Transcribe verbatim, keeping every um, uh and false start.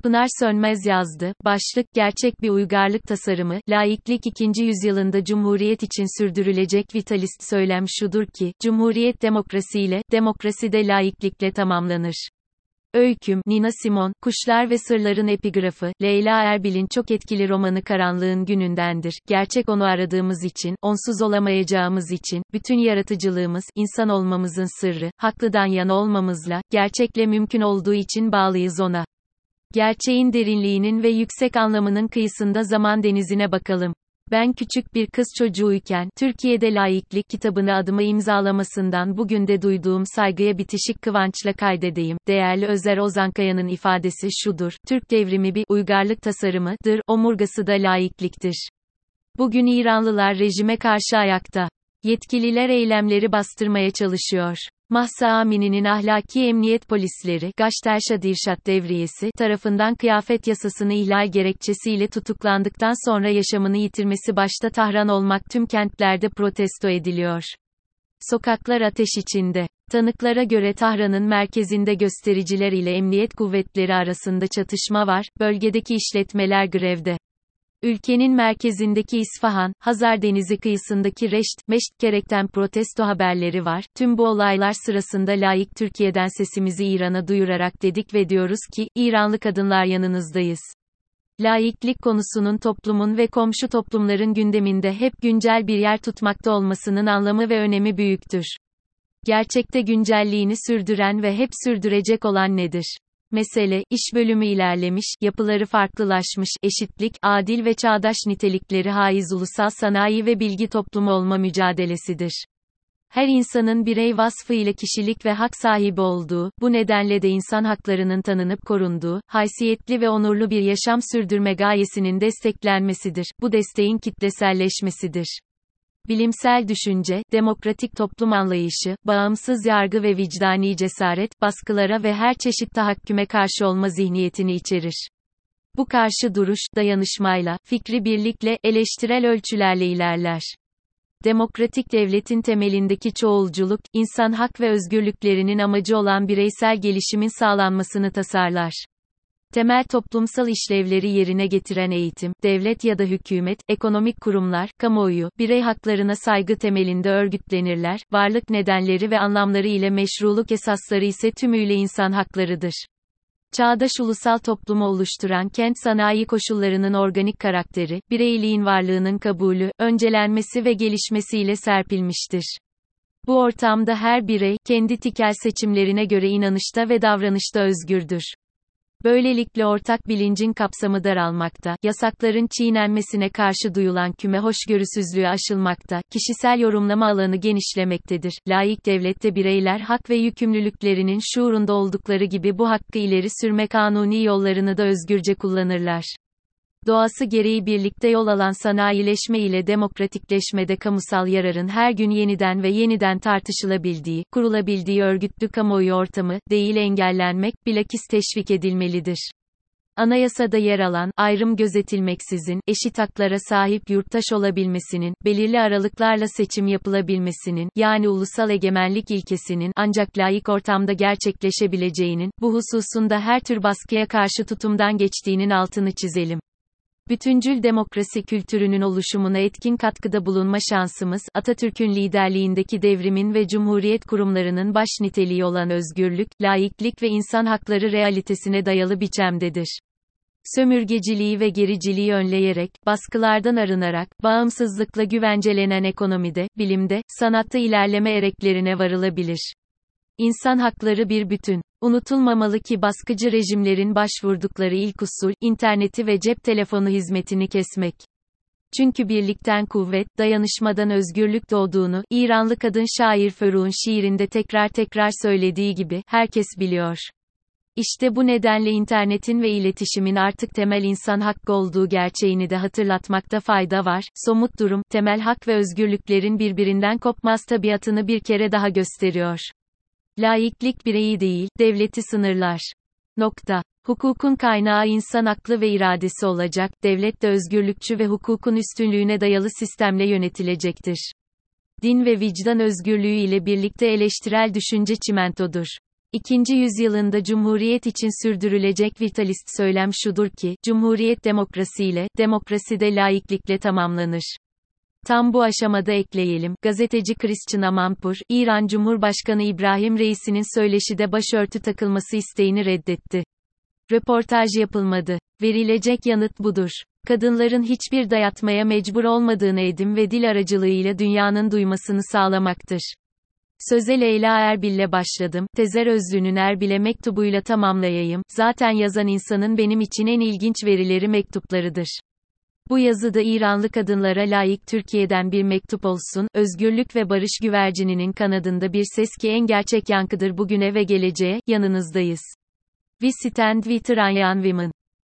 Pınar Sönmez yazdı. Başlık, gerçek bir uygarlık tasarımı, laiklik ikinci yüzyılında Cumhuriyet için sürdürülecek vitalist söylem şudur ki, Cumhuriyet demokrasiyle, demokrasi de laiklikle tamamlanır. Öyküm, Nina Simone, Kuşlar ve Sırların Epigrafı, Leyla Erbil'in çok etkili romanı Karanlığın Günündendir. Gerçek onu aradığımız için, onsuz olamayacağımız için, bütün yaratıcılığımız, insan olmamızın sırrı, haklıdan yana olmamızla, gerçekle mümkün olduğu için bağlıyız ona. Gerçeğin derinliğinin ve yüksek anlamının kıyısında zaman denizine bakalım. Ben küçük bir kız çocuğuyken, Türkiye'de laiklik kitabını adıma imzalamasından bugün de duyduğum saygıya bitişik kıvançla kaydedeyim. Değerli Özer Ozankaya'nın ifadesi şudur: Türk devrimi bir uygarlık tasarımıdır, omurgası da laikliktir. Bugün İranlılar rejime karşı ayakta. Yetkililer eylemleri bastırmaya çalışıyor. Mahsa Amini'nin ahlaki emniyet polisleri, Gaşterşa Dirşat Devriyesi, tarafından kıyafet yasasını ihlal gerekçesiyle tutuklandıktan sonra yaşamını yitirmesi başta Tahran olmak tüm kentlerde protesto ediliyor. Sokaklar ateş içinde. Tanıklara göre Tahran'ın merkezinde göstericiler ile emniyet kuvvetleri arasında çatışma var, bölgedeki işletmeler grevde. Ülkenin merkezindeki İsfahan, Hazar Denizi kıyısındaki Reşt, Meştkerek'ten protesto haberleri var. Tüm bu olaylar sırasında laik Türkiye'den sesimizi İran'a duyurarak dedik ve diyoruz ki, İranlı kadınlar yanınızdayız. Laiklik konusunun toplumun ve komşu toplumların gündeminde hep güncel bir yer tutmakta olmasının anlamı ve önemi büyüktür. Gerçekte güncelliğini sürdüren ve hep sürdürecek olan nedir? Mesele, iş bölümü ilerlemiş, yapıları farklılaşmış, eşitlik, adil ve çağdaş nitelikleri haiz ulusal sanayi ve bilgi toplumu olma mücadelesidir. Her insanın birey vasfı ile kişilik ve hak sahibi olduğu, bu nedenle de insan haklarının tanınıp korunduğu, haysiyetli ve onurlu bir yaşam sürdürme gayesinin desteklenmesidir. Bu desteğin kitleselleşmesidir. Bilimsel düşünce, demokratik toplum anlayışı, bağımsız yargı ve vicdani cesaret, baskılara ve her çeşit tahakküme karşı olma zihniyetini içerir. Bu karşı duruş, dayanışmayla, fikri birlikle, eleştirel ölçülerle ilerler. Demokratik devletin temelindeki çoğulculuk, insan hak ve özgürlüklerinin amacı olan bireysel gelişimin sağlanmasını tasarlar. Temel toplumsal işlevleri yerine getiren eğitim, devlet ya da hükümet, ekonomik kurumlar, kamuoyu, birey haklarına saygı temelinde örgütlenirler, varlık nedenleri ve anlamları ile meşruluk esasları ise tümüyle insan haklarıdır. Çağdaş ulusal toplumu oluşturan kent sanayi koşullarının organik karakteri, bireyliğin varlığının kabulü, öncelenmesi ve gelişmesiyle serpilmiştir. Bu ortamda her birey, kendi tikel seçimlerine göre inanışta ve davranışta özgürdür. Böylelikle ortak bilincin kapsamı daralmakta, yasakların çiğnenmesine karşı duyulan küme hoşgörüsüzlüğü aşılmakta, kişisel yorumlama alanı genişlemektedir. Laik devlette bireyler hak ve yükümlülüklerinin şuurunda oldukları gibi bu hakkı ileri sürme kanuni yollarını da özgürce kullanırlar. Doğası gereği birlikte yol alan sanayileşme ile demokratikleşmede kamusal yararın her gün yeniden ve yeniden tartışılabildiği, kurulabildiği örgütlü kamuoyu ortamı, değil engellenmek, bilakis teşvik edilmelidir. Anayasada yer alan, ayrım gözetilmeksizin, eşit haklara sahip yurttaş olabilmesinin, belirli aralıklarla seçim yapılabilmesinin, yani ulusal egemenlik ilkesinin, ancak laik ortamda gerçekleşebileceğinin, bu hususunda her tür baskıya karşı tutumdan geçtiğinin altını çizelim. Bütüncül demokrasi kültürünün oluşumuna etkin katkıda bulunma şansımız, Atatürk'ün liderliğindeki devrimin ve cumhuriyet kurumlarının baş niteliği olan özgürlük, laiklik ve insan hakları realitesine dayalı biçemdedir. Sömürgeciliği ve gericiliği önleyerek, baskılardan arınarak, bağımsızlıkla güvencelenen ekonomide, bilimde, sanatta ilerleme ereklerine varılabilir. İnsan hakları bir bütün. Unutulmamalı ki baskıcı rejimlerin başvurdukları ilk usul, interneti ve cep telefonu hizmetini kesmek. Çünkü birlikten kuvvet, dayanışmadan özgürlük doğduğunu, İranlı kadın şair Ferruh'un şiirinde tekrar tekrar söylediği gibi, herkes biliyor. İşte bu nedenle internetin ve iletişimin artık temel insan hakkı olduğu gerçeğini de hatırlatmakta fayda var. Somut durum, temel hak ve özgürlüklerin birbirinden kopmaz tabiatını bir kere daha gösteriyor. Laiklik bireyi değil, devleti sınırlar. Nokta. Hukukun kaynağı insan aklı ve iradesi olacak, devlet de özgürlükçü ve hukukun üstünlüğüne dayalı sistemle yönetilecektir. Din ve vicdan özgürlüğü ile birlikte eleştirel düşünce çimentodur. İkinci yüzyılında Cumhuriyet için sürdürülecek vitalist söylem şudur ki, Cumhuriyet demokrasiyle, demokrasi de laiklikle tamamlanır. Tam bu aşamada ekleyelim, gazeteci Christian Amanpour, İran Cumhurbaşkanı İbrahim Reisi'nin söyleşide başörtü takılması isteğini reddetti. Röportaj yapılmadı. Verilecek yanıt budur. Kadınların hiçbir dayatmaya mecbur olmadığını edim ve dil aracılığıyla dünyanın duymasını sağlamaktır. Söze Leyla Erbil'le başladım, Tezer Özlü'nün Erbil'e mektubuyla tamamlayayım, zaten yazan insanın benim için en ilginç verileri mektuplarıdır. Bu yazıda İranlı kadınlara layık Türkiye'den bir mektup olsun, özgürlük ve barış güvercininin kanadında bir ses ki en gerçek yankıdır bugüne ve geleceğe, yanınızdayız. We stand with Iranian women.